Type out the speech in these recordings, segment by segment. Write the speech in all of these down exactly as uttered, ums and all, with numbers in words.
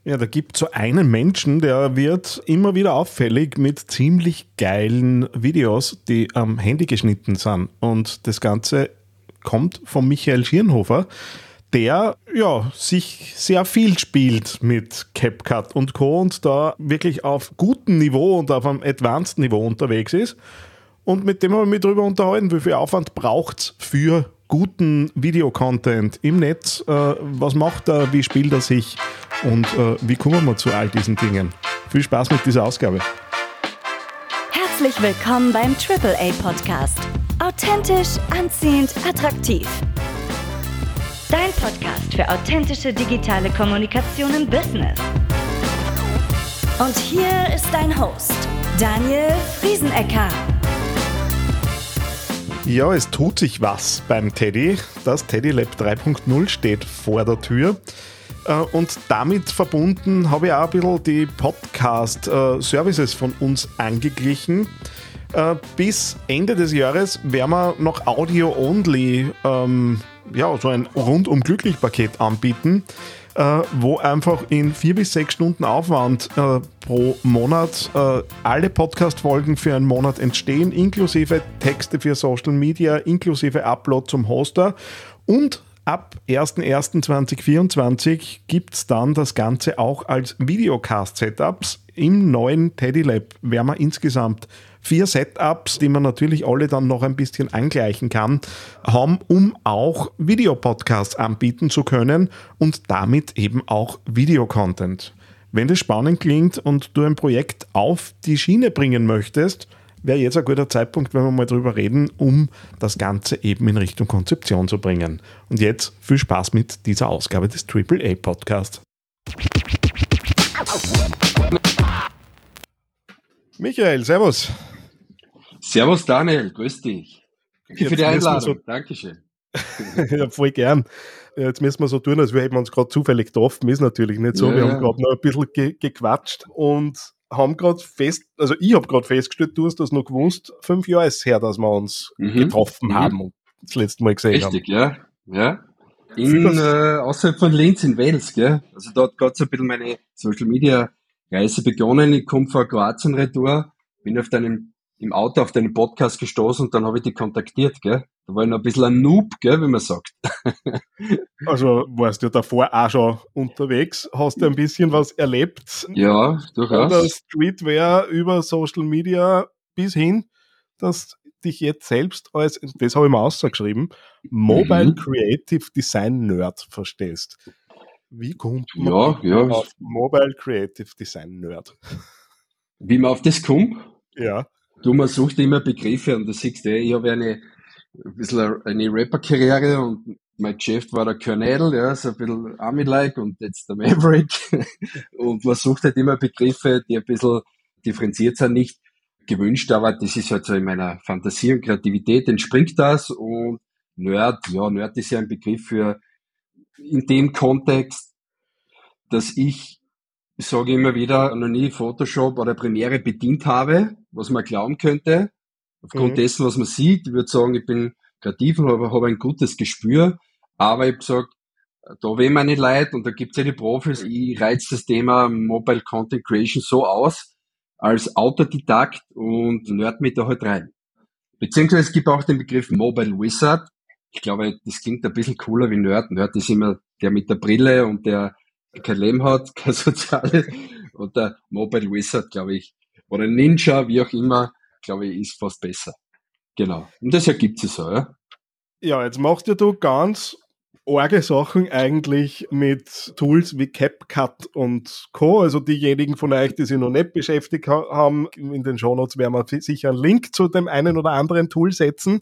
Ja, da gibt es so einen Menschen, der wird immer wieder auffällig mit ziemlich geilen Videos, die am Handy geschnitten sind. Und das Ganze kommt von Michael Schirnhofer, der ja sich sehr viel spielt mit CapCut und Co. und da wirklich auf gutem Niveau und auf einem Advanced Niveau unterwegs ist. Und mit dem haben wir mich darüber unterhalten, wie viel Aufwand braucht es für guten Videocontent im Netz. Äh, was macht er, wie spielt er sich und äh, wie kommen wir zu all diesen Dingen. Viel Spaß mit dieser Ausgabe. Herzlich willkommen beim Triple A Podcast. Authentisch, anziehend, attraktiv. Dein Podcast für authentische digitale Kommunikation im Business. Und hier ist dein Host, Daniel Friesenecker. Ja, es tut sich was beim Teddy. Das TeddyLab drei Punkt null steht vor der Tür. Und damit verbunden habe ich auch ein bisschen die Podcast-Services von uns angeglichen. Bis Ende des Jahres werden wir noch Audio-Only, ähm, ja, so ein rundum-glücklich-Paket anbieten, äh, wo einfach in vier bis sechs Stunden Aufwand äh, pro Monat äh, alle Podcast-Folgen für einen Monat entstehen, inklusive Texte für Social Media, inklusive Upload zum Hoster. Und ab erster erster zweitausendvierundzwanzig gibt es dann das Ganze auch als Videocast-Setups. Im neuen TeddyLab werden wir insgesamt vier Setups, die man natürlich alle dann noch ein bisschen angleichen kann, haben, um auch Videopodcasts anbieten zu können und damit eben auch Videocontent. Wenn das spannend klingt und du ein Projekt auf die Schiene bringen möchtest, wäre jetzt ein guter Zeitpunkt, wenn wir mal drüber reden, um das Ganze eben in Richtung Konzeption zu bringen. Und jetzt viel Spaß mit dieser Ausgabe des Triple A Podcast. Michael, servus. Servus Daniel, grüß dich. Danke Jetzt für die Einladung. So, Dankeschön. Ja, voll gern. Jetzt müssen wir so tun, als hätten wir uns gerade zufällig getroffen. Ist natürlich nicht so. Ja, wir ja. haben gerade noch ein bisschen ge- gequatscht und haben gerade fest, also ich habe gerade festgestellt, du hast das noch gewusst, fünf Jahre ist es her, dass wir uns Mhm. getroffen Mhm. haben und das letzte Mal gesehen Richtig, ja. ja. In, Fühl äh, außerhalb von Linz in Wels, gell? Also dort hat gerade so ein bisschen meine Social Media Reise begonnen. Ich komme von Kroatien retour, bin auf deinem, im Auto auf deinen Podcast gestoßen und dann habe ich dich kontaktiert, gell? Da war ich noch ein bisschen ein Noob, gell, wie man sagt. Also warst du davor auch schon unterwegs, hast du ein bisschen was erlebt Ja, von der durchaus. Streetwear über Social Media bis hin, dass dich jetzt selbst als, das habe ich mir ausgeschrieben, Mobile Mhm. Creative Design Nerd verstehst. Wie kommt man Ja, bitte ja. auf Mobile Creative Design Nerd? Wie man auf das kommt? Ja. Du, man sucht immer Begriffe und du siehst, ey, ich habe eine, ein bisschen eine Rapper-Karriere und mein Chef war der Colonel, ja, so ein bisschen Army-like und jetzt der Maverick. Und man sucht halt immer Begriffe, die ein bisschen differenziert sind, nicht gewünscht, aber das ist halt so in meiner Fantasie und Kreativität entspringt das und Nerd, ja, Nerd ist ja ein Begriff für in dem Kontext, dass ich, ich sage immer wieder, noch nie Photoshop oder Premiere bedient habe, was man glauben könnte, aufgrund Mhm. dessen, was man sieht. Ich würde sagen, ich bin kreativ und habe, habe ein gutes Gespür, aber ich habe gesagt, da will meine Leute und da gibt's ja die Profis, ich reiz das Thema Mobile Content Creation so aus, als Autodidakt und nerd mich da halt rein. Beziehungsweise es gibt auch den Begriff Mobile Wizard. Ich glaube, das klingt ein bisschen cooler wie Nerd. Nerd ist immer der mit der Brille und der kein Leben hat, kein Soziales. Und der Mobile Wizard, glaube ich, oder Ninja, wie auch immer, glaube ich, ist fast besser. Genau. Und das ergibt sich so, ja. Ja, jetzt machst ja du ganz arge Sachen eigentlich mit Tools wie CapCut und Co. Also diejenigen von euch, die sich noch nicht beschäftigt ha- haben, in den Shownotes werden wir sicher einen Link zu dem einen oder anderen Tool setzen.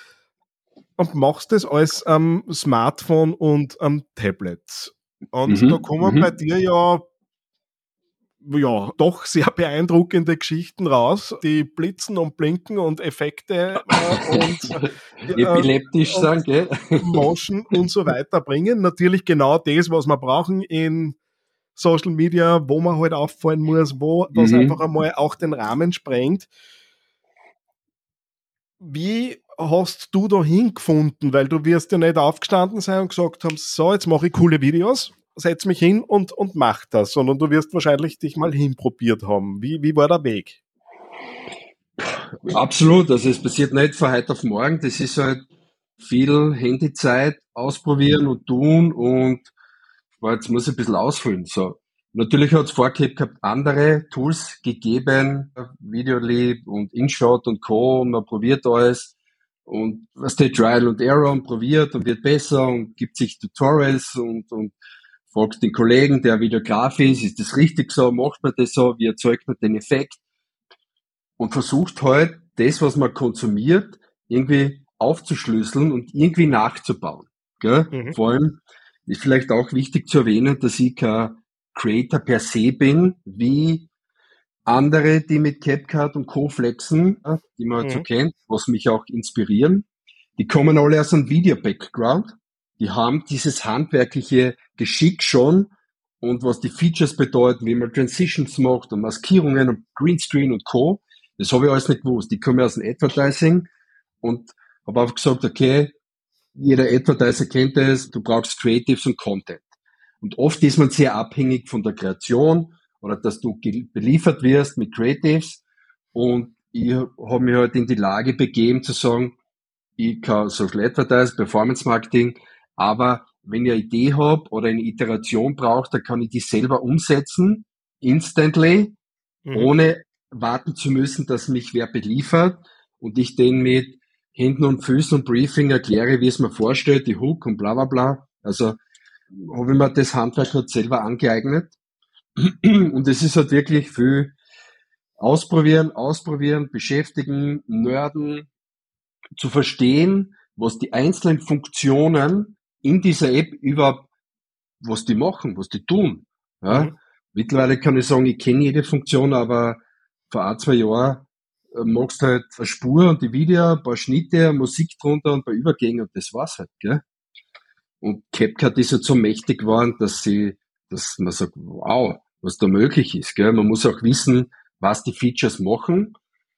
Und machst das alles am Smartphone und am Tablet. Und da Mhm, kommen bei mhm. dir ja ja, doch sehr beeindruckende Geschichten raus, die blitzen und blinken und Effekte äh, und, äh, Epileptisch und sein, gell? Motion und so weiter bringen. Natürlich genau das, was wir brauchen in Social Media, wo man halt auffallen muss, wo das einfach Mhm. einmal auch den Rahmen sprengt. Wie hast du da hingefunden? Weil du wirst ja nicht aufgestanden sein und gesagt haben, so, jetzt mache ich coole Videos setz mich hin und, und mach das, sondern du wirst wahrscheinlich dich mal hinprobiert haben. Wie, wie war der Weg? Absolut, also es passiert nicht von heute auf morgen, das ist halt viel Handyzeit, ausprobieren und tun und boah, jetzt muss ich ein bisschen ausholen. So. Natürlich hat es vorgehabt gehabt, andere Tools gegeben, Videolib und InShot und Co. und man probiert alles und was der Trial und Error und probiert und wird besser und gibt sich Tutorials und, und fragt den Kollegen, der Videograf ist, ist das richtig so, macht man das so, wie erzeugt man den Effekt und versucht halt, das, was man konsumiert, irgendwie aufzuschlüsseln und irgendwie nachzubauen. Gell? Mhm. Vor allem ist vielleicht auch wichtig zu erwähnen, dass ich kein Creator per se bin, wie andere, die mit CapCut und Co. flexen, die man halt mhm. so kennt, was mich auch inspirieren. Die kommen alle aus einem Video-Background. Die haben dieses handwerkliche Geschick schon und was die Features bedeuten, wie man Transitions macht und Maskierungen und Greenscreen und Co. Das habe ich alles nicht gewusst. Die kommen aus dem Advertising und habe auch gesagt, okay, jeder Advertiser kennt es, du brauchst Creatives und Content. Und oft ist man sehr abhängig von der Kreation oder dass du beliefert wirst mit Creatives. Und ich habe mich halt in die Lage begeben zu sagen, ich kann Social Advertising, Performance Marketing, aber wenn ich eine Idee habe oder eine Iteration brauche, dann kann ich die selber umsetzen, instantly, mhm. ohne warten zu müssen, dass mich wer beliefert und ich den mit Händen und Füßen und Briefing erkläre, wie es mir vorstellt, die Hook und bla bla bla. Also habe ich mir das Handwerk halt selber angeeignet. Und es ist halt wirklich viel ausprobieren, ausprobieren, beschäftigen, nerden, zu verstehen, was die einzelnen Funktionen in dieser App überhaupt, was die machen, was die tun. Ja? Mhm. Mittlerweile kann ich sagen, ich kenne jede Funktion, aber vor ein, zwei Jahren machst halt eine Spur und die Video, ein paar Schnitte, Musik drunter und ein paar Übergänge und das war's halt, gell? Und CapCut ist halt so mächtig geworden, dass sie, dass man sagt, wow, was da möglich ist, gell? Man muss auch wissen, was die Features machen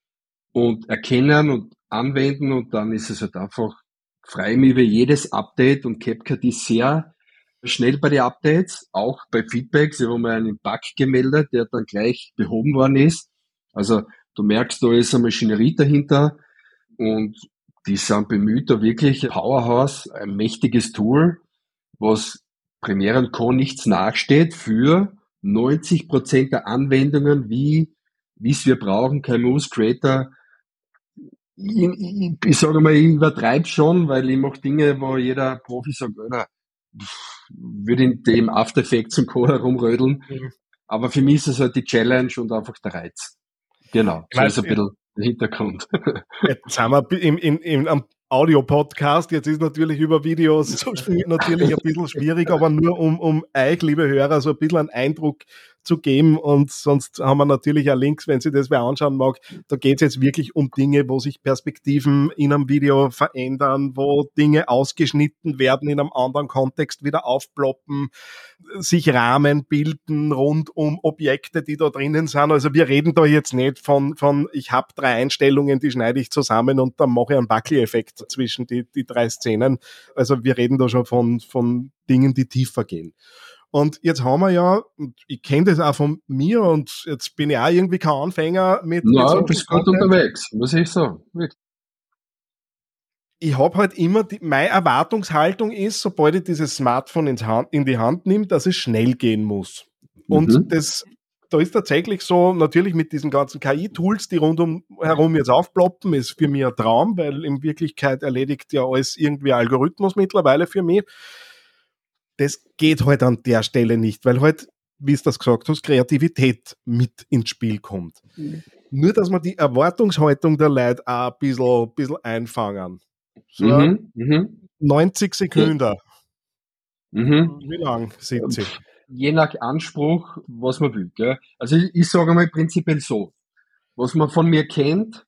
und erkennen und anwenden und dann ist es halt einfach, freue mich über jedes Update und CapCut ist sehr schnell bei den Updates, auch bei Feedbacks. Ich habe mal einen Bug gemeldet, der dann gleich behoben worden ist. Also du merkst, da ist eine Maschinerie dahinter und die sind bemüht, da wirklich Powerhouse, ein mächtiges Tool, was Premiere und Co. nichts nachsteht für neunzig Prozent der Anwendungen, wie wie es wir brauchen, K M Us, Creator. Ich, ich, ich sage mal, ich übertreibe schon, weil ich mache Dinge, wo jeder Profi sagt, oder würde in dem After Effects und Co. herumrödeln. Mhm. Aber für mich ist es halt die Challenge und einfach der Reiz. Genau, so ist ein bisschen der Hintergrund. Jetzt sind wir im, im, im, am Audio-Podcast, jetzt ist natürlich über Videos natürlich ein bisschen schwierig, aber nur um, um euch, liebe Hörer, so ein bisschen einen Eindruck zu geben und sonst haben wir natürlich auch Links, wenn Sie das wer anschauen mag. Da geht es jetzt wirklich um Dinge, wo sich Perspektiven in einem Video verändern, wo Dinge ausgeschnitten werden, in einem anderen Kontext wieder aufploppen, sich Rahmen bilden rund um Objekte, die da drinnen sind. Also wir reden da jetzt nicht von, von ich habe drei Einstellungen, die schneide ich zusammen und dann mache ich einen Buckley-Effekt zwischen die, die drei Szenen. Also wir reden da schon von, von Dingen, die tiefer gehen. Und jetzt haben wir ja, und ich kenne das auch von mir und jetzt bin ich auch irgendwie kein Anfänger mit... Ja, du bist gut unterwegs, muss ich sagen. Wirklich. Ich habe halt immer, die, meine Erwartungshaltung ist, sobald ich dieses Smartphone ins Hand, in die Hand nehme, dass es schnell gehen muss. Und mhm. das, da ist tatsächlich so, natürlich mit diesen ganzen K I-Tools, die rundum herum jetzt aufploppen, ist für mich ein Traum, weil in Wirklichkeit erledigt ja alles irgendwie Algorithmus mittlerweile für mich. Das geht halt an der Stelle nicht, weil halt, wie es das gesagt hast, Kreativität mit ins Spiel kommt. Mhm. Nur, dass wir die Erwartungshaltung der Leute auch ein bisschen, ein bisschen einfangen. So mhm. Mhm. neunzig Sekunden. Mhm. Wie lang sind sie? Je nach Anspruch, was man will. Gell? Also ich, ich sage mal prinzipiell so, was man von mir kennt,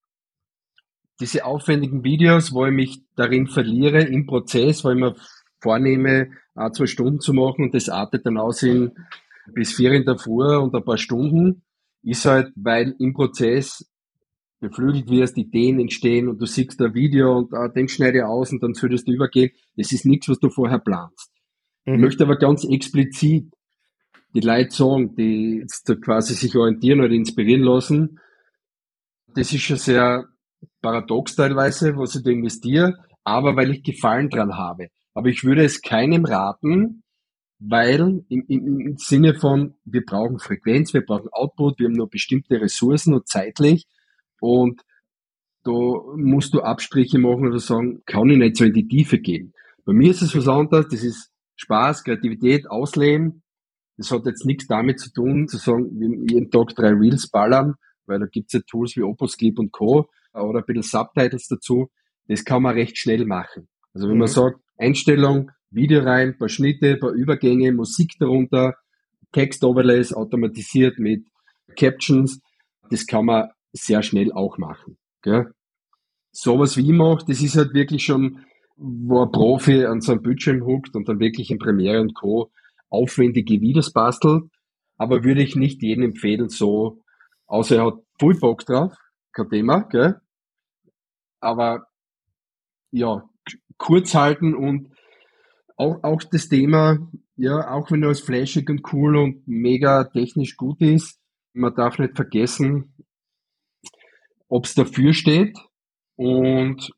diese aufwendigen Videos, wo ich mich darin verliere im Prozess, wo ich mir vornehme, ein, zwei Stunden zu machen und das artet dann aus in bis vier in der Früh und ein paar Stunden, ist halt, weil im Prozess beflügelt wirst, Ideen entstehen und du siehst ein Video und ah, den schneide ich aus und dann solltest du übergehen. Das ist nichts, was du vorher planst. Mhm. Ich möchte aber ganz explizit die Leute sagen, die jetzt da quasi sich orientieren oder inspirieren lassen. Das ist schon sehr paradox teilweise, was ich da investiere, aber weil ich Gefallen dran habe. Aber ich würde es keinem raten, weil im, im, im Sinne von, wir brauchen Frequenz, wir brauchen Output, wir haben nur bestimmte Ressourcen und zeitlich und da musst du Abstriche machen oder sagen, kann ich nicht so in die Tiefe gehen. Bei mir ist es was anderes, das ist Spaß, Kreativität, Ausleben. Das hat jetzt nichts damit zu tun, zu sagen, wir jeden Tag drei Reels ballern, weil da gibt's ja Tools wie Opusclip und Co. oder ein bisschen Subtitles dazu. Das kann man recht schnell machen. Also wenn mhm. man sagt, Einstellung, Video rein, paar Schnitte, paar Übergänge, Musik darunter, Text-Overlays automatisiert mit Captions, das kann man sehr schnell auch machen. Gell? Sowas wie ich mache, das ist halt wirklich schon, wo ein Profi an so einem Bildschirm huckt und dann wirklich in Premiere und Co. aufwendige Videos bastelt, aber würde ich nicht jedem empfehlen, so, außer er hat voll Bock drauf, kein Thema, gell? Aber ja, kurz halten und auch, auch das Thema, ja, auch wenn das flashig und cool und mega technisch gut ist, man darf nicht vergessen, ob es dafür steht und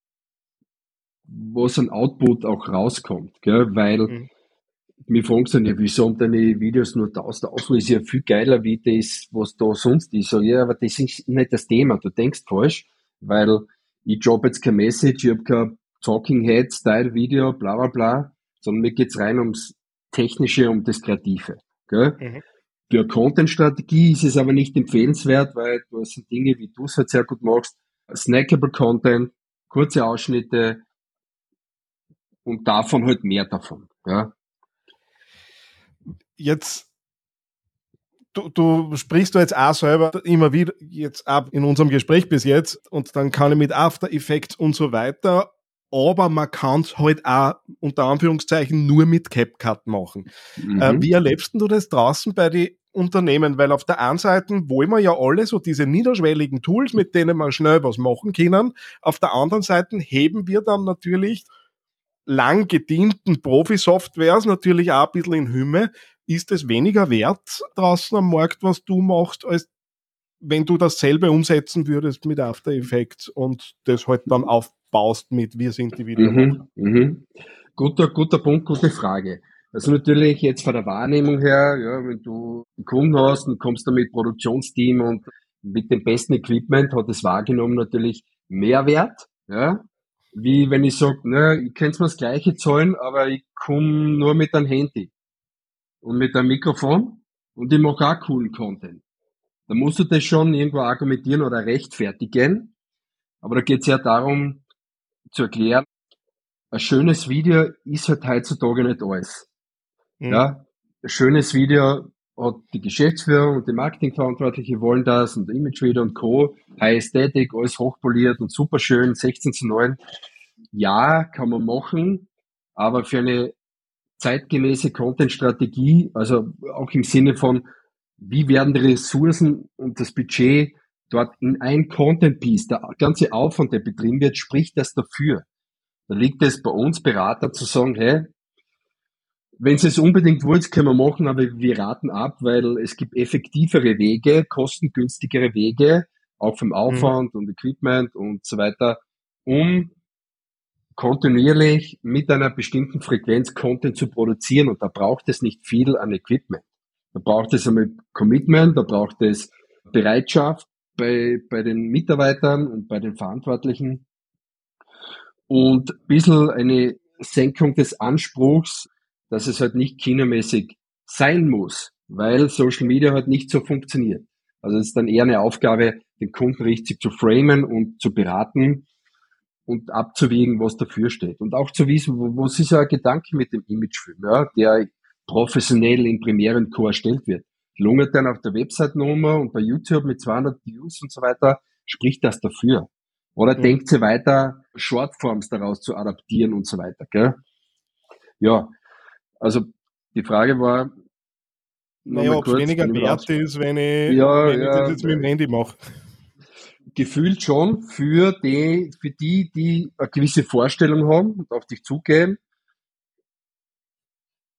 was an Output auch rauskommt, gell? Weil mhm. mir fragen sie ja, wieso haben deine Videos nur tausend Aufrufe, ist ja viel geiler wie das, was da sonst ist. So, ja, aber das ist nicht das Thema, du denkst falsch, weil ich droppe jetzt kein Message, ich habe kein Talking Head Style Video, bla bla bla, sondern mir geht's rein ums Technische, um das Kreative. Gell? Mhm. Für eine Content-Strategie ist es aber nicht empfehlenswert, weil du hast Dinge, wie du es halt sehr gut machst, snackable Content, kurze Ausschnitte und davon halt mehr davon. Ja? Jetzt, du, du sprichst du jetzt auch selber immer wieder, jetzt ab in unserem Gespräch bis jetzt, und dann kann ich mit After Effects und so weiter, aber man kann es halt auch unter Anführungszeichen nur mit CapCut machen. Mhm. Äh, wie erlebst du das draußen bei den Unternehmen? Weil auf der einen Seite wollen wir ja alle so diese niederschwelligen Tools, mit denen wir schnell was machen können. Auf der anderen Seite heben wir dann natürlich lang gedienten Profi-Softwares natürlich auch ein bisschen in Hümme. Ist es weniger wert draußen am Markt, was du machst, als wenn du dasselbe umsetzen würdest mit After Effects und das halt dann aufbaust mit wir sind die Videomacher? Mhm, mhm. Guter, guter Punkt, gute Frage. Also natürlich jetzt von der Wahrnehmung her, ja, wenn du einen Kunden hast und kommst dann mit Produktionsteam und mit dem besten Equipment, hat es wahrgenommen natürlich Mehrwert, ja, wie wenn ich sage, ne, ich könnte mir das Gleiche zahlen, aber ich komme nur mit einem Handy und mit einem Mikrofon und ich mache auch coolen Content. Da musst du das schon irgendwo argumentieren oder rechtfertigen. Aber da geht es ja darum, zu erklären, ein schönes Video ist halt heutzutage nicht alles. Mhm. Ja, ein schönes Video hat die Geschäftsführung und die Marketingverantwortliche wollen das und Imagereader und Co. High Aesthetic, alles hochpoliert und super schön, sechzehn zu neun. Ja, kann man machen, aber für eine zeitgemäße Content-Strategie, also auch im Sinne von, wie werden die Ressourcen und das Budget dort in ein Content-Piece, der ganze Aufwand, der betrieben wird, spricht das dafür. Da liegt es bei uns Berater zu sagen, hey, wenn Sie es unbedingt wollt, können wir machen, aber wir raten ab, weil es gibt effektivere Wege, kostengünstigere Wege, auch vom Aufwand mhm. und Equipment und so weiter, um kontinuierlich mit einer bestimmten Frequenz Content zu produzieren. Und da braucht es nicht viel an Equipment. Da braucht es einmal Commitment, da braucht es Bereitschaft bei, bei den Mitarbeitern und bei den Verantwortlichen und ein bisschen eine Senkung des Anspruchs, dass es halt nicht kinomäßig sein muss, weil Social Media halt nicht so funktioniert. Also es ist dann eher eine Aufgabe, den Kunden richtig zu framen und zu beraten und abzuwägen, was dafür steht. Und auch zu wissen, was ist ja ein Gedanke mit dem Imagefilm, ja, der professionell in Premiere und Co. erstellt wird. Lungert dann auf der Website-Nummer und bei YouTube mit zweihundert Views und so weiter, spricht das dafür. Oder mhm. denkt sie weiter, Shortforms daraus zu adaptieren und so weiter, gell? Ja, also die Frage war, naja, ob es weniger wert ist, wenn ich, ja, wenn ja, ich das jetzt mit dem Handy mache. Gefühlt schon für die, für die, die eine gewisse Vorstellung haben und auf dich zugehen.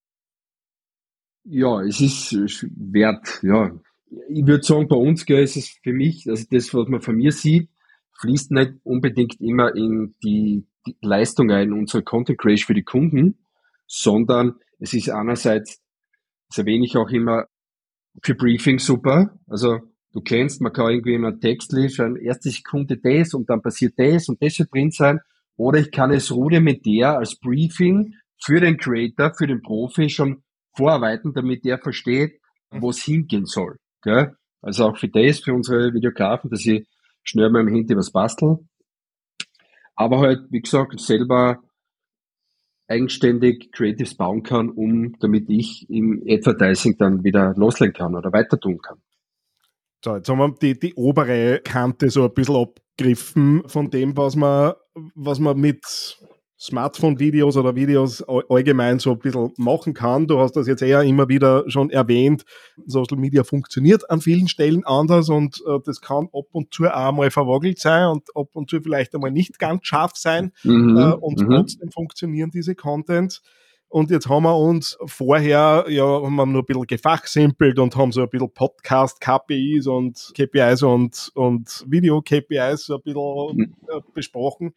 Ja, es ist wert, ja. Ich würde sagen, bei uns, gell, ist es für mich, also das, was man von mir sieht, fließt nicht unbedingt immer in die, die Leistung ein, unsere Content Creation für die Kunden, sondern es ist einerseits, das erwähne ich auch immer, für Briefing super. Also du kennst, man kann irgendwie in einem Text lesen, erste Sekunde das und dann passiert das und das wird drin sein. Oder ich kann es rudimentär als Briefing für den Creator, für den Profi schon vorarbeiten, damit der versteht, wo es hingehen soll. Gell? Also auch für das, für unsere Videografen, dass ich schnell mit dem Handy was bastel. Aber halt, wie gesagt, selber eigenständig Creatives bauen kann, um, damit ich im Advertising dann wieder loslegen kann oder weiter tun kann. So, jetzt haben wir die, die obere Kante so ein bisschen abgegriffen von dem, was man, was man mit Smartphone-Videos oder Videos allgemein so ein bisschen machen kann. Du hast das jetzt eher immer wieder schon erwähnt. Social Media funktioniert an vielen Stellen anders und äh, das kann ab und zu auch mal verwagelt sein und ab und zu vielleicht einmal nicht ganz scharf sein. Mhm, äh, und mhm. trotzdem funktionieren diese Contents. Und jetzt haben wir uns vorher, ja, haben wir nur ein bisschen gefachsimpelt und haben so ein bisschen Podcast-K P Is und K P Is und, und Video-K P Is so ein bisschen äh, besprochen.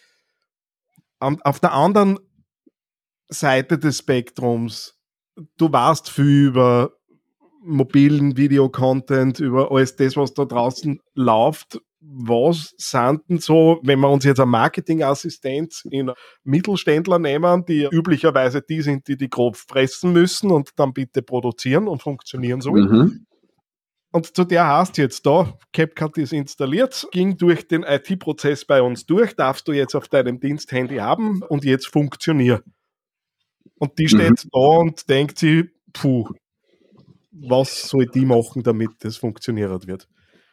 Und auf der anderen Seite des Spektrums, du weißt viel über mobilen Videocontent, über alles das, was da draußen läuft. Was sind denn so, wenn wir uns jetzt eine Marketingassistenz in Mittelständler nehmen, die üblicherweise die sind, die die grob fressen müssen und dann bitte produzieren und funktionieren sollen. Mhm. Und zu der hast jetzt da, CapCut ist installiert, ging durch den I T-Prozess bei uns durch, darfst du jetzt auf deinem Diensthandy haben und jetzt funktioniert. Und die steht Mhm. da und denkt sich, puh, was soll die machen, damit das funktioniert wird?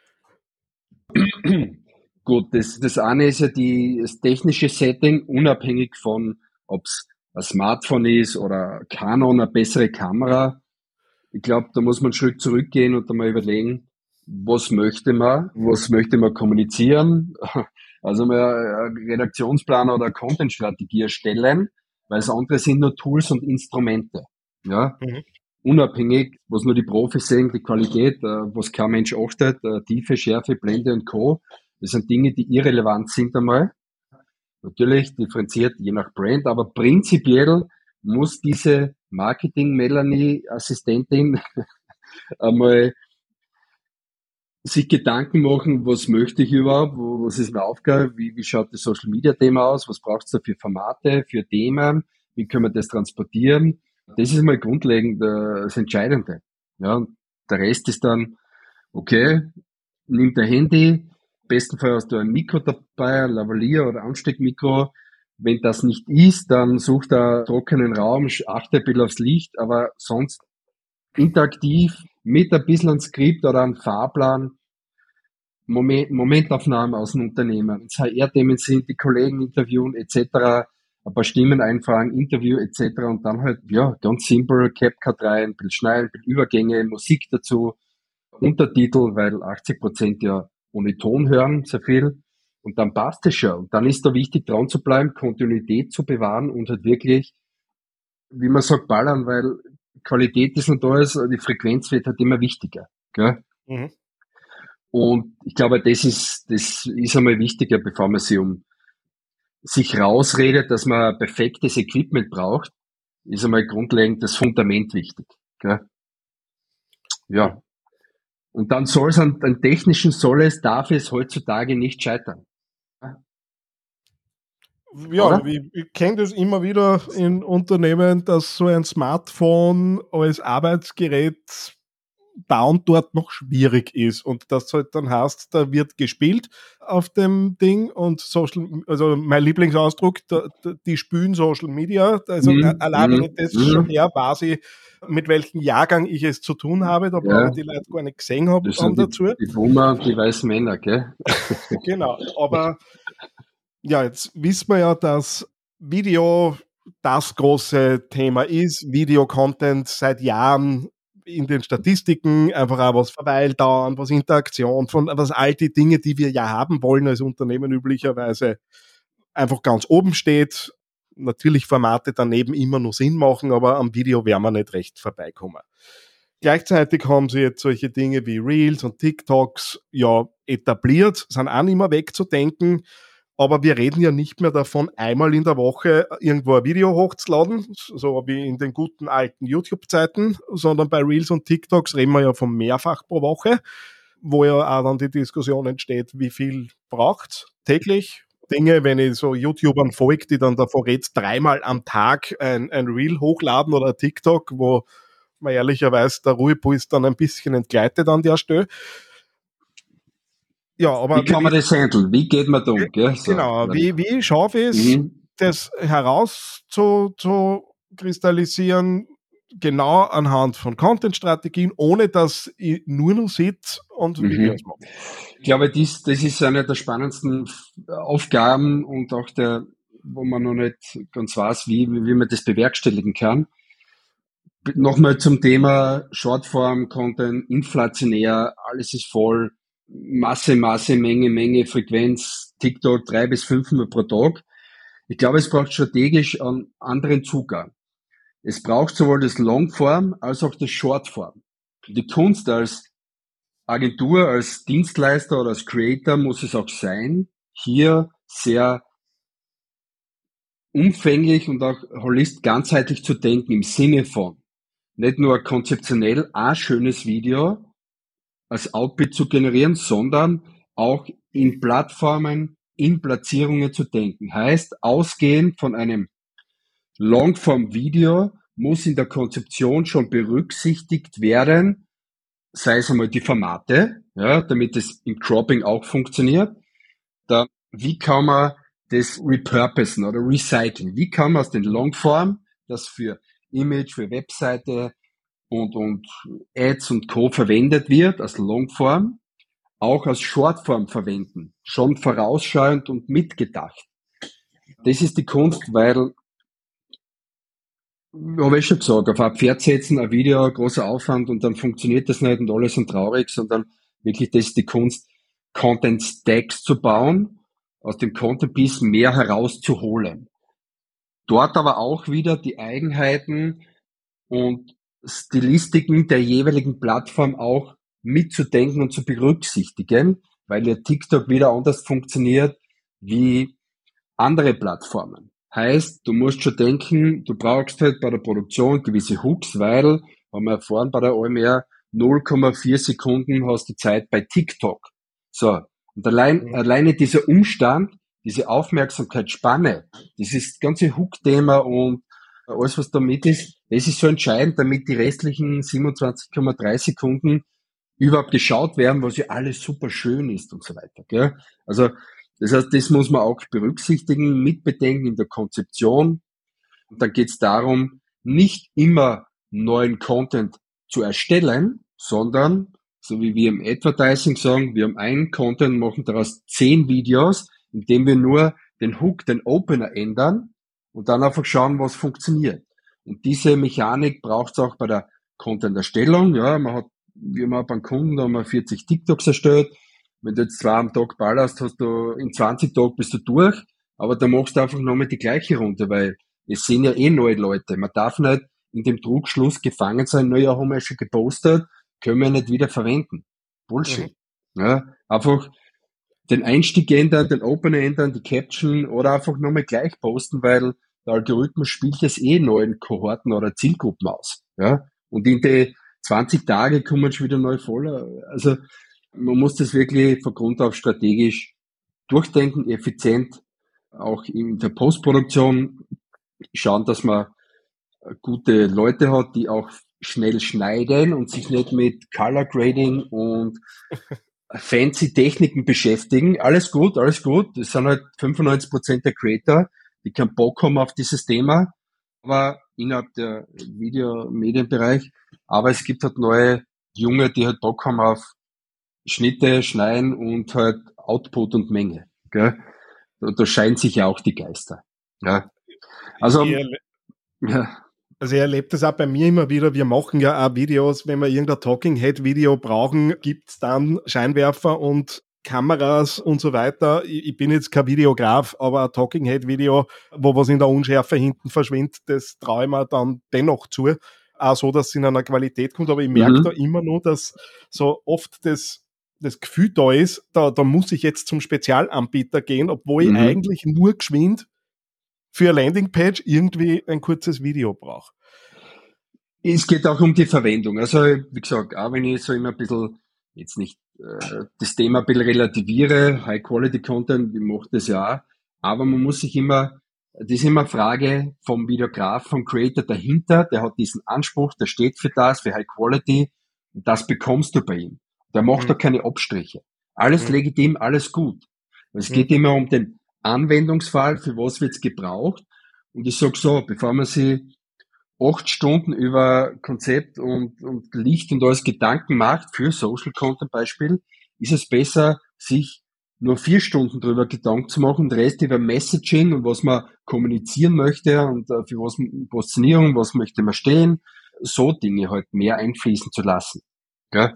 Gut, das, das eine ist ja die, das technische Setting, unabhängig von, ob es ein Smartphone ist oder Canon, eine bessere Kamera. Ich glaube, da muss man einen Schritt zurückgehen und einmal überlegen, was möchte man, was möchte man kommunizieren. Also mal einen Redaktionsplan oder eine Content-Strategie erstellen, weil das andere sind nur Tools und Instrumente. Ja. Mhm. Unabhängig, was nur die Profis sehen, die Qualität, was kein Mensch achtet, Tiefe, Schärfe, Blende und Co. Das sind Dinge, die irrelevant sind einmal. Natürlich differenziert je nach Brand, aber prinzipiell muss diese Marketing-Melanie-Assistentin einmal sich Gedanken machen, was möchte ich überhaupt, wo, was ist meine Aufgabe, wie, wie schaut das Social-Media-Thema aus, was braucht es da für Formate, für Themen, wie können wir das transportieren. Das ist mal grundlegend äh, das Entscheidende. Ja, und der Rest ist dann, okay, nimm dein Handy, im besten Fall hast du ein Mikro dabei, ein Lavalier oder Ansteckmikro. Wenn das nicht ist, dann such da einen trockenen Raum, achte ein bisschen aufs Licht, aber sonst interaktiv mit ein bisschen ein Skript oder einem Fahrplan, Moment, Momentaufnahmen aus dem Unternehmen, wenn es H R-Themen sind, die Kollegen interviewen et cetera, ein paar Stimmen einfangen, Interview et cetera und dann halt, ja, ganz simpel, CapCut rein, ein bisschen schneiden, ein bisschen Übergänge, Musik dazu, Untertitel, weil achtzig Prozent ja ohne Ton hören, sehr viel. Und dann passt es schon. Und dann ist da wichtig, dran zu bleiben, Kontinuität zu bewahren und halt wirklich, wie man sagt, ballern, weil Qualität ist und da ist, die Frequenz wird halt immer wichtiger. Gell? Mhm. Und ich glaube, das ist, das ist einmal wichtiger, bevor man sich um sich rausredet, dass man perfektes Equipment braucht, ist einmal grundlegend das Fundament wichtig. Gell? Ja. Und dann soll es an, an technischen soll es, darf es heutzutage nicht scheitern. Ja, ich, ich kenne das immer wieder in Unternehmen, dass so ein Smartphone als Arbeitsgerät da und dort noch schwierig ist und das halt dann heißt, da wird gespielt auf dem Ding und Social, also mein Lieblingsausdruck, da, da, die spielen Social Media, also Mhm. allein wenn ich das Mhm. schon her weiß ich, mit welchem Jahrgang ich es zu tun habe, da Ja. brauche ich die Leute gar nicht gesehen haben, Das haben sind dazu. die, die Boomer und die weißen Männer, gell? Genau, aber ja, jetzt wissen wir ja, dass Video das große Thema ist, Video-Content seit Jahren in den Statistiken, einfach auch was Verweildauern, was Interaktion, von was all die Dinge, die wir ja haben wollen als Unternehmen üblicherweise, einfach ganz oben steht. natürlich Formate daneben immer noch Sinn machen, aber am Video werden wir nicht recht vorbeikommen. Gleichzeitig haben sie jetzt solche Dinge wie Reels und TikToks ja etabliert, sind auch nicht mehr wegzudenken, aber wir reden ja nicht mehr davon, einmal in der Woche irgendwo ein Video hochzuladen, so wie in den guten alten YouTube-Zeiten, sondern bei Reels und TikToks reden wir ja von mehrfach pro Woche, wo ja auch dann die Diskussion entsteht, wie viel braucht's täglich. Dinge, wenn ich so YouTubern folge, die dann davor redet, dreimal am Tag ein, ein Reel hochladen oder ein TikTok, wo man ehrlicherweise der Ruhepuls dann ein bisschen entgleitet an der Stelle. Ja, aber wie kann man das handeln? Wie geht man da um? Gell? So. Genau, wie, wie schaffe ich es, mhm. das herauszukristallisieren, genau anhand von Content-Strategien, ohne dass ich nur noch sitze und mhm. Videos mache. Ich glaube, dies, das ist eine der spannendsten Aufgaben und auch der, wo man noch nicht ganz weiß, wie, wie man das bewerkstelligen kann. Nochmal zum Thema Shortform-Content, inflationär, alles ist voll, Masse, Masse, Menge, Menge, Frequenz, TikTok drei bis fünfmal pro Tag. Ich glaube, es braucht strategisch einen anderen Zugang. Es braucht sowohl das Longform als auch das Shortform. Die Kunst als Agentur, als Dienstleister oder als Creator muss es auch sein, hier sehr umfänglich und auch holist ganzheitlich zu denken im Sinne von nicht nur konzeptionell ein schönes Video als Output zu generieren, sondern auch in Plattformen, in Platzierungen zu denken. Heißt, ausgehend von einem Longform-Video muss in der Konzeption schon berücksichtigt werden, sei es einmal die Formate, ja, damit es im Cropping auch funktioniert. Da, wie kann man das repurposen oder recyceln? Wie kann man aus den Longform, das für Image, für Webseite und, und Ads und Co. verwendet wird, als Longform, auch als Shortform verwenden, schon vorausschauend und mitgedacht. Das ist die Kunst, weil, habe ich schon gesagt, auf ein Pferd setzen, ein Video, großer Aufwand und dann funktioniert das nicht und alle sind traurig, sondern wirklich das ist die Kunst, Content Stacks zu bauen, aus dem Content Piece mehr herauszuholen. Dort aber auch wieder die Eigenheiten und Stilistiken der jeweiligen Plattform auch mitzudenken und zu berücksichtigen, weil ja TikTok wieder anders funktioniert wie andere Plattformen. Heißt, du musst schon denken, du brauchst halt bei der Produktion gewisse Hooks, weil, haben wir erfahren bei der O M R, null Komma vier Sekunden hast du Zeit bei TikTok. So. Und allein, mhm. alleine dieser Umstand, diese Aufmerksamkeitsspanne, dieses ganze Hook-Thema und alles, was damit ist, das ist so entscheidend, damit die restlichen siebenundzwanzig Komma drei Sekunden überhaupt geschaut werden, was ja alles super schön ist und so weiter. Gell? Also, das heißt, das muss man auch berücksichtigen, mitbedenken in der Konzeption. Und dann geht es darum, nicht immer neuen Content zu erstellen, sondern, so wie wir im Advertising sagen, wir haben einen Content, machen daraus zehn Videos, indem wir nur den Hook, den Opener ändern und dann einfach schauen, was funktioniert. Und diese Mechanik braucht es auch bei der Content-Erstellung. Ja, man hat, wie man beim Kunden, da haben wir vierzig TikToks erstellt. Wenn du jetzt zwei am Tag ballerst, hast du in zwanzig Tagen bist du durch, aber dann machst du einfach nochmal die gleiche Runde, weil es sind ja eh neue Leute. Man darf nicht in dem Trugschluss gefangen sein, naja, haben wir schon gepostet, können wir nicht wieder verwenden. Bullshit. Mhm. Ja, einfach den Einstieg ändern, den Opener ändern, die Caption oder einfach nochmal gleich posten, weil der Algorithmus spielt es eh neuen Kohorten oder Zielgruppen aus. Ja, und in die zwanzig Tage kommen schon wieder neu voller. Also, man muss das wirklich von Grund auf strategisch durchdenken, effizient, auch in der Postproduktion schauen, dass man gute Leute hat, die auch schnell schneiden und sich nicht mit Color Grading und fancy Techniken beschäftigen. Alles gut, alles gut. Das sind halt fünfundneunzig Prozent der Creator, die keinen Bock haben auf dieses Thema, aber innerhalb der Video-Medienbereich. Aber es gibt halt neue Junge, die halt Bock haben auf Schnitte, Schneiden und halt Output und Menge. Gell? Da, da scheinen sich ja auch die Geister. Ja. Also, ja. Also ich erlebe das auch bei mir immer wieder, wir machen ja auch Videos, wenn wir irgendein Talking-Head-Video brauchen, gibt's dann Scheinwerfer und Kameras und so weiter. Ich, ich bin jetzt kein Videograf, aber ein Talking Head Video, wo was in der Unschärfe hinten verschwindet, das traue ich mir dann dennoch zu. Auch so, dass es in einer Qualität kommt, aber ich merke Mhm. da immer nur, dass so oft das, das Gefühl da ist, da, da muss ich jetzt zum Spezialanbieter gehen, obwohl Mhm. ich eigentlich nur geschwind für eine Landingpage irgendwie ein kurzes Video brauche. Es geht auch um die Verwendung. Also, wie gesagt, auch wenn ich so immer ein bisschen, jetzt nicht äh, das Thema ein bisschen relativiere, High-Quality-Content, ich mache das ja auch, aber man muss sich immer, das ist immer eine Frage vom Videograf, vom Creator dahinter, der hat diesen Anspruch, der steht für das, für High-Quality, und das bekommst du bei ihm. Der macht Mhm. da keine Abstriche. Alles Mhm. legitim, alles gut. Es Mhm. geht immer um den Anwendungsfall, für was wird's gebraucht. Und ich sag so, bevor man sich acht Stunden über Konzept und, und Licht und alles Gedanken macht, für Social Content Beispiel, ist es besser, sich nur vier Stunden drüber Gedanken zu machen und den Rest über Messaging und was man kommunizieren möchte und äh, für was Positionierung, was möchte man stehen, so Dinge halt mehr einfließen zu lassen. Gell?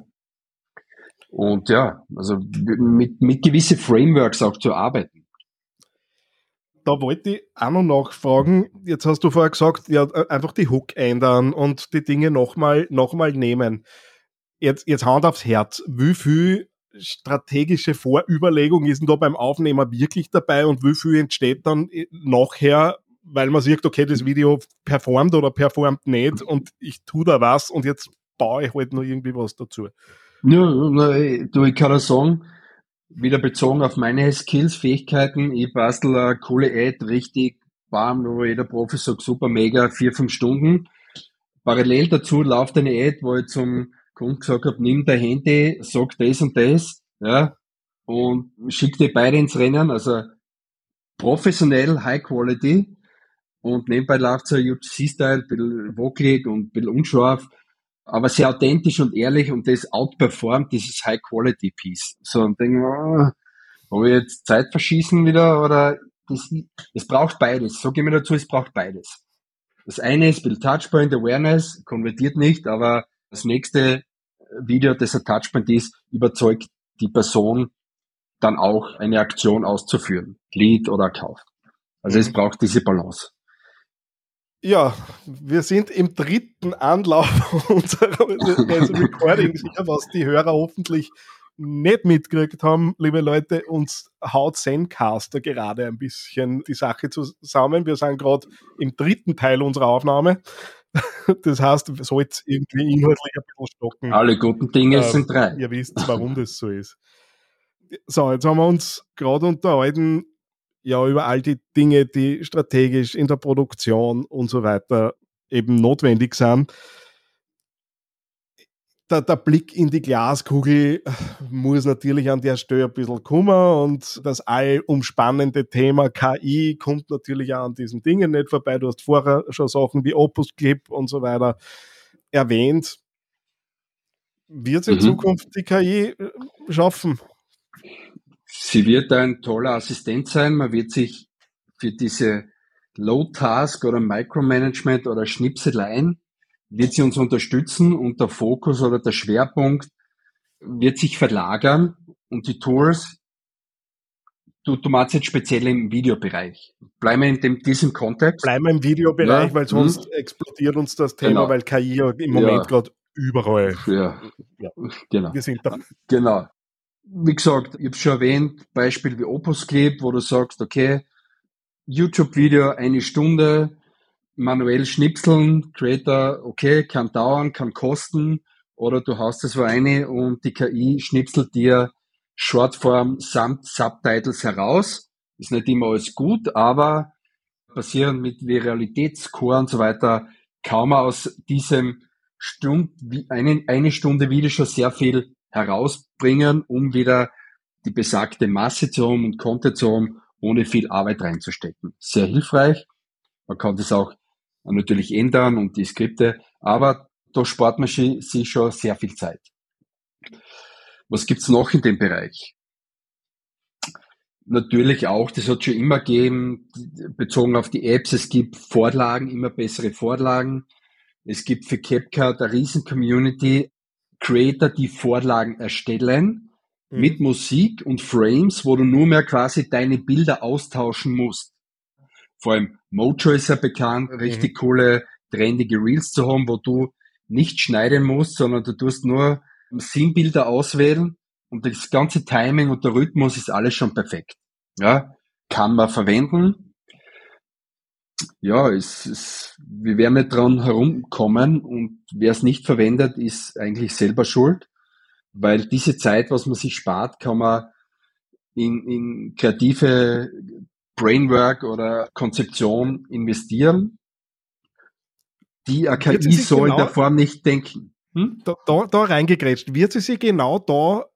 Und ja, also mit, mit gewisse Frameworks auch zu arbeiten. Da wollte ich auch noch nachfragen. Jetzt hast du vorher gesagt, ja, einfach die Hook ändern und die Dinge nochmal noch mal nehmen. Jetzt, jetzt Hand aufs Herz. Wie viel strategische Vorüberlegung ist denn da beim Aufnehmer wirklich dabei und wie viel entsteht dann nachher, weil man sieht, okay, das Video performt oder performt nicht und ich tue da was und jetzt baue ich halt noch irgendwie was dazu. Ja, du, ich kann auch sagen, wieder bezogen auf meine Skills, Fähigkeiten, ich bastel eine coole Ad, richtig, bam, wo jeder Profi sagt, super, mega, vier, fünf Stunden. Parallel dazu läuft eine Ad, wo ich zum Kunden gesagt habe, nimm dein Handy, sag das und das, ja, und schick die beide ins Rennen, also professionell, high quality, und nebenbei läuft so ein U G C-Style, ein bisschen wackelig und ein bisschen unscharf, aber sehr authentisch und ehrlich und das outperformt dieses High-Quality-Piece. So, und denke mir, oh, habe ich jetzt Zeit verschießen wieder oder das, es braucht beides. So gehen wir dazu, es braucht beides. Das eine ist ein bisschen Touchpoint Awareness, konvertiert nicht, aber das nächste Video, das ein Touchpoint ist, überzeugt die Person dann auch eine Aktion auszuführen. Lead oder Kauf. Also Mhm. es braucht diese Balance. Ja, wir sind im dritten Anlauf unserer Recordings hier, was die Hörer hoffentlich nicht mitgekriegt haben, liebe Leute, uns haut Zencaster gerade ein bisschen die Sache zusammen. Wir sind gerade im dritten Teil unserer Aufnahme. Das heißt, wir sollten irgendwie inhaltlich ein bisschen stocken. Alle guten Dinge äh, sind drei. Ihr wisst, warum das so ist. So, jetzt haben wir uns gerade unterhalten, ja, über all die Dinge, die strategisch in der Produktion und so weiter eben notwendig sind. Der, der Blick in die Glaskugel muss natürlich an der Stelle ein bisschen kommen und das allumspannende Thema K I kommt natürlich auch an diesen Dingen nicht vorbei. Du hast vorher schon Sachen wie Opus Clip und so weiter erwähnt. Wird es in Mhm. Zukunft die K I schaffen? Sie wird ein toller Assistent sein. Man wird sich für diese Low-Task oder Micromanagement oder Schnipseleien wird sie uns unterstützen und der Fokus oder der Schwerpunkt wird sich verlagern und die Tools, du, du machst jetzt speziell im Videobereich. Bleiben wir in dem, diesem Kontext. Bleiben wir im Videobereich, Ja, weil sonst hm. explodiert uns das Thema, Genau. weil K I ja im Moment Ja. gerade überall. Ja, Ja. genau. Wir sind da. Genau. Wie gesagt, ich habe schon erwähnt, Beispiel wie Opus Clip, wo du sagst, okay, YouTube-Video eine Stunde, manuell schnipseln, Creator, okay, kann dauern, kann kosten, oder du hast es wo eine und die K I schnipselt dir Shortform samt Subtitles heraus. Ist nicht immer alles gut, aber basierend mit Viralitätsscore und so weiter kann man aus diesem Stund, eine, eine Stunde Video schon sehr viel herausbringen, um wieder die besagte Masse zu haben und Content zu haben, ohne viel Arbeit reinzustecken. Sehr hilfreich. Man kann das auch natürlich ändern und die Skripte, aber da spart man sich schon sehr viel Zeit. Was gibt's noch in dem Bereich? Natürlich auch, das hat schon immer gegeben, bezogen auf die Apps, es gibt Vorlagen, immer bessere Vorlagen. Es gibt für CapCut eine riesen Community, Creator, die Vorlagen erstellen, mhm. mit Musik und Frames, wo du nur mehr quasi deine Bilder austauschen musst. Vor allem Mojo ist ja bekannt, richtig mhm. coole, trendige Reels zu haben, wo du nicht schneiden musst, sondern du tust nur Sinnbilder auswählen und das ganze Timing und der Rhythmus ist alles schon perfekt. Ja, kann man verwenden. Ja, es, es, wir werden nicht dran herumkommen und wer es nicht verwendet, ist eigentlich selber schuld, weil diese Zeit, was man sich spart, kann man in, in kreative Brainwork oder Konzeption investieren. Die A K I soll in der Form nicht denken. Hm? Da, da, da reingegrätscht. Wird sie sich genau da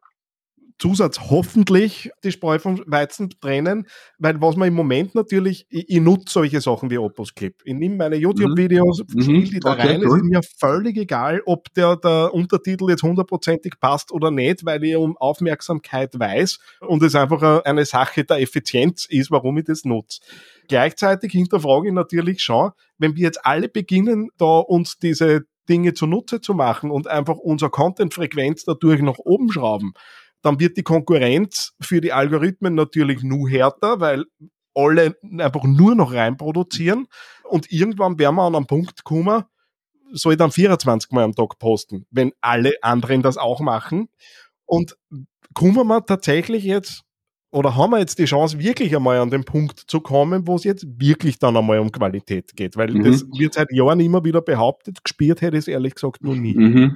Zusatz hoffentlich die Spreu vom Weizen trennen, weil was man im Moment natürlich, ich, ich nutze solche Sachen wie Opus Clip. Ich nehme meine YouTube-Videos, mhm. spiele die da okay, rein, cool. Es ist mir völlig egal, ob der, der Untertitel jetzt hundertprozentig passt oder nicht, weil ich um Aufmerksamkeit weiß und es einfach eine Sache der Effizienz ist, warum ich das nutze. Gleichzeitig hinterfrage ich natürlich schon, wenn wir jetzt alle beginnen, da uns diese Dinge zunutze zu machen und einfach unsere Content-Frequenz dadurch nach oben schrauben, dann wird die Konkurrenz für die Algorithmen natürlich nur härter, weil alle einfach nur noch reinproduzieren und irgendwann werden wir an einen Punkt kommen, soll ich dann vierundzwanzig Mal am Tag posten, wenn alle anderen das auch machen. Und kommen wir tatsächlich jetzt, oder haben wir jetzt die Chance, wirklich einmal an den Punkt zu kommen, wo es jetzt wirklich dann einmal um Qualität geht, weil mhm. das wird seit Jahren immer wieder behauptet, gespürt hätte ich es ehrlich gesagt noch nie. Mhm.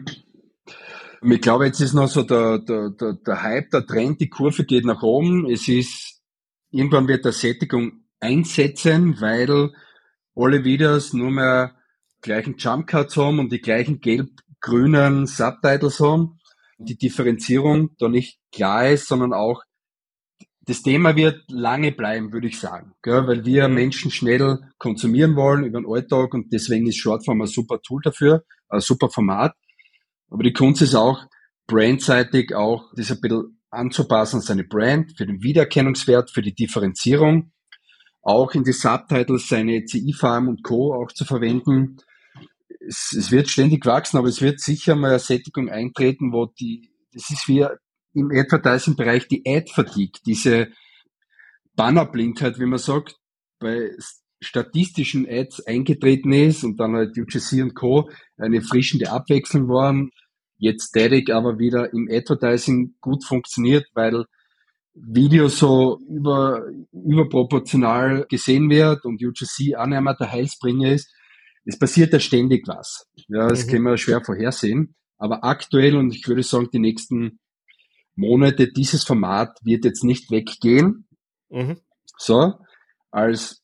Ich glaube, jetzt ist noch so der, der, der, der Hype, der Trend, die Kurve geht nach oben. Es ist, irgendwann wird der Sättigung einsetzen, weil alle Videos nur mehr gleichen Jump Cuts haben und die gleichen gelb-grünen Subtitles haben. Die Differenzierung da nicht klar ist, sondern auch das Thema wird lange bleiben, würde ich sagen, gell? Weil wir Menschen schnell konsumieren wollen über den Alltag und deswegen ist Shortform ein super Tool dafür, ein super Format. Aber die Kunst ist auch, brandseitig auch das ein bisschen anzupassen an seine Brand, für den Wiedererkennungswert, für die Differenzierung, auch in die Subtitles seine C I-Farm und Co. auch zu verwenden. Es, es wird ständig wachsen, aber es wird sicher mal eine Sättigung eintreten, wo die, das ist wie im Advertising-Bereich die Ad-Fatigue, diese Bannerblindheit, wie man sagt, bei statistischen Ads eingetreten ist und dann halt U G C und Co. eine frischende Abwechslung waren, jetzt Static aber wieder im Advertising gut funktioniert, weil Video so über, überproportional gesehen wird und U G C auch nicht mehr der Heilsbringer ist. Es passiert ja ständig was. Ja, das mhm. können wir schwer vorhersehen. Aber aktuell, und ich würde sagen, die nächsten Monate, dieses Format wird jetzt nicht weggehen. Mhm. So, als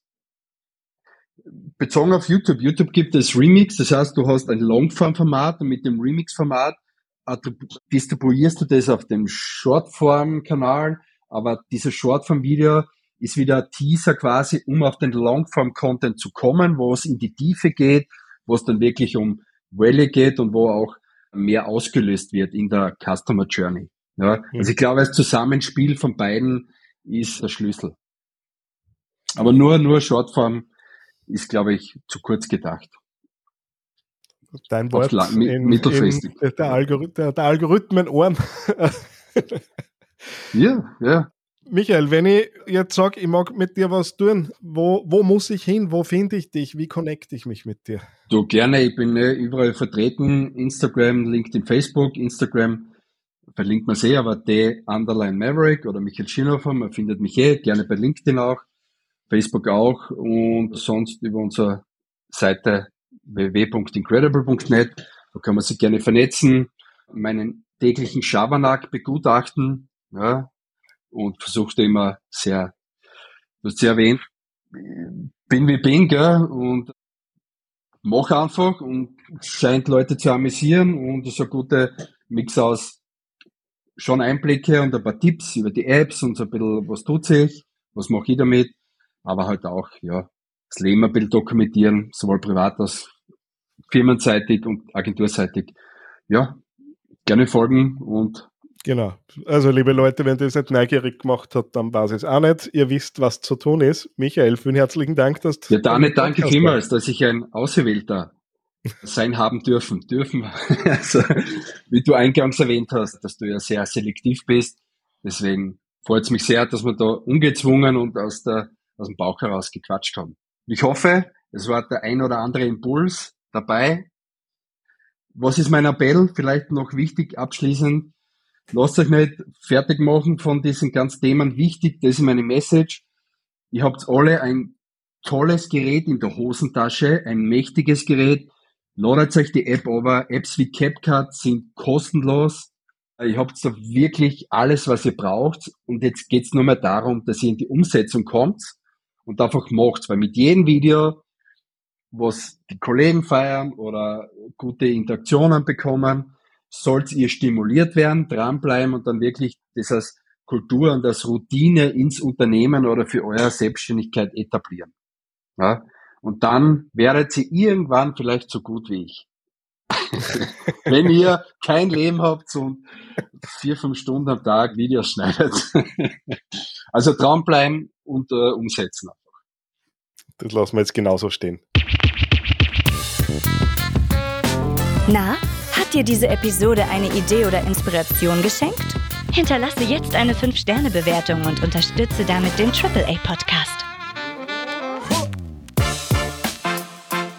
bezogen auf YouTube. YouTube gibt es Remix, das heißt, du hast ein Longform-Format und mit dem Remix-Format distribuierst du das auf dem Shortform-Kanal, aber dieses Shortform-Video ist wieder ein Teaser quasi, um auf den Longform-Content zu kommen, wo es in die Tiefe geht, wo es dann wirklich um Value geht und wo auch mehr ausgelöst wird in der Customer Journey. Ja, mhm. Also ich glaube, das Zusammenspiel von beiden ist der Schlüssel. Aber nur, nur Shortform ist, glaube ich, zu kurz gedacht. Dein Wort lang, in, mittelfristig. In der, Algorithmen, der, der Algorithmen-Ohren. Ja, ja. Michael, wenn ich jetzt sage, ich mag mit dir was tun, wo, wo muss ich hin? Wo finde ich dich? Wie connecte ich mich mit dir? Du, gerne. Ich bin äh, überall vertreten. Instagram, LinkedIn, Facebook. Instagram verlinkt man sehr, aber D Underline Maverick oder Michael Schierhofer. Man findet mich eh. Gerne bei LinkedIn auch. Facebook auch. Und sonst über unsere Seite w w w punkt incredible punkt net. Da kann man sich gerne vernetzen. Meinen täglichen Schabernack begutachten. Ja. Und versuchte immer sehr, du hast ja erwähnt, bin wie bin, gell, und mach einfach und scheint Leute zu amüsieren und ist ein guter Mix aus schon Einblicke und ein paar Tipps über die Apps und so ein bisschen, was tut sich, was mache ich damit, aber halt auch, ja, das Leben ein bisschen dokumentieren, sowohl privat als firmenseitig und agenturseitig. Ja, gerne folgen und genau. Also, liebe Leute, wenn das nicht neugierig gemacht hat, dann weiß es auch nicht. Ihr wisst, was zu tun ist. Michael, vielen herzlichen Dank, dass du... Ja, Dani, danke vielmals, dass ich ein Auserwählter sein haben dürfen. Dürfen. Also, wie du eingangs erwähnt hast, dass du ja sehr selektiv bist. Deswegen freut es mich sehr, dass wir da ungezwungen und aus, der, aus dem Bauch heraus gequatscht haben. Ich hoffe, es war der ein oder andere Impuls dabei. Was ist mein Appell? Vielleicht noch wichtig abschließend. Lasst euch nicht fertig machen von diesen ganzen Themen. Wichtig, das ist meine Message. Ihr habt alle ein tolles Gerät in der Hosentasche, ein mächtiges Gerät. Ladet euch die App runter. Apps wie CapCut sind kostenlos. Ihr habt da wirklich alles, was ihr braucht. Und jetzt geht's nur mehr darum, dass ihr in die Umsetzung kommt und einfach macht. Weil mit jedem Video, was die Kollegen feiern oder gute Interaktionen bekommen, sollt ihr stimuliert werden, dranbleiben und dann wirklich das als Kultur und als Routine ins Unternehmen oder für eure Selbstständigkeit etablieren. Ja? Und dann werdet ihr irgendwann vielleicht so gut wie ich. Wenn ihr kein Leben habt und vier, fünf Stunden am Tag Videos schneidet. Also dranbleiben und äh, umsetzen einfach. Das lassen wir jetzt genauso stehen. Na, hat dir diese Episode eine Idee oder Inspiration geschenkt? Hinterlasse jetzt eine fünf Sterne Bewertung und unterstütze damit den Triple A Podcast.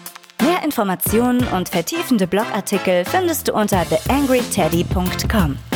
Mehr Informationen und vertiefende Blogartikel findest du unter the angry teddy dot com.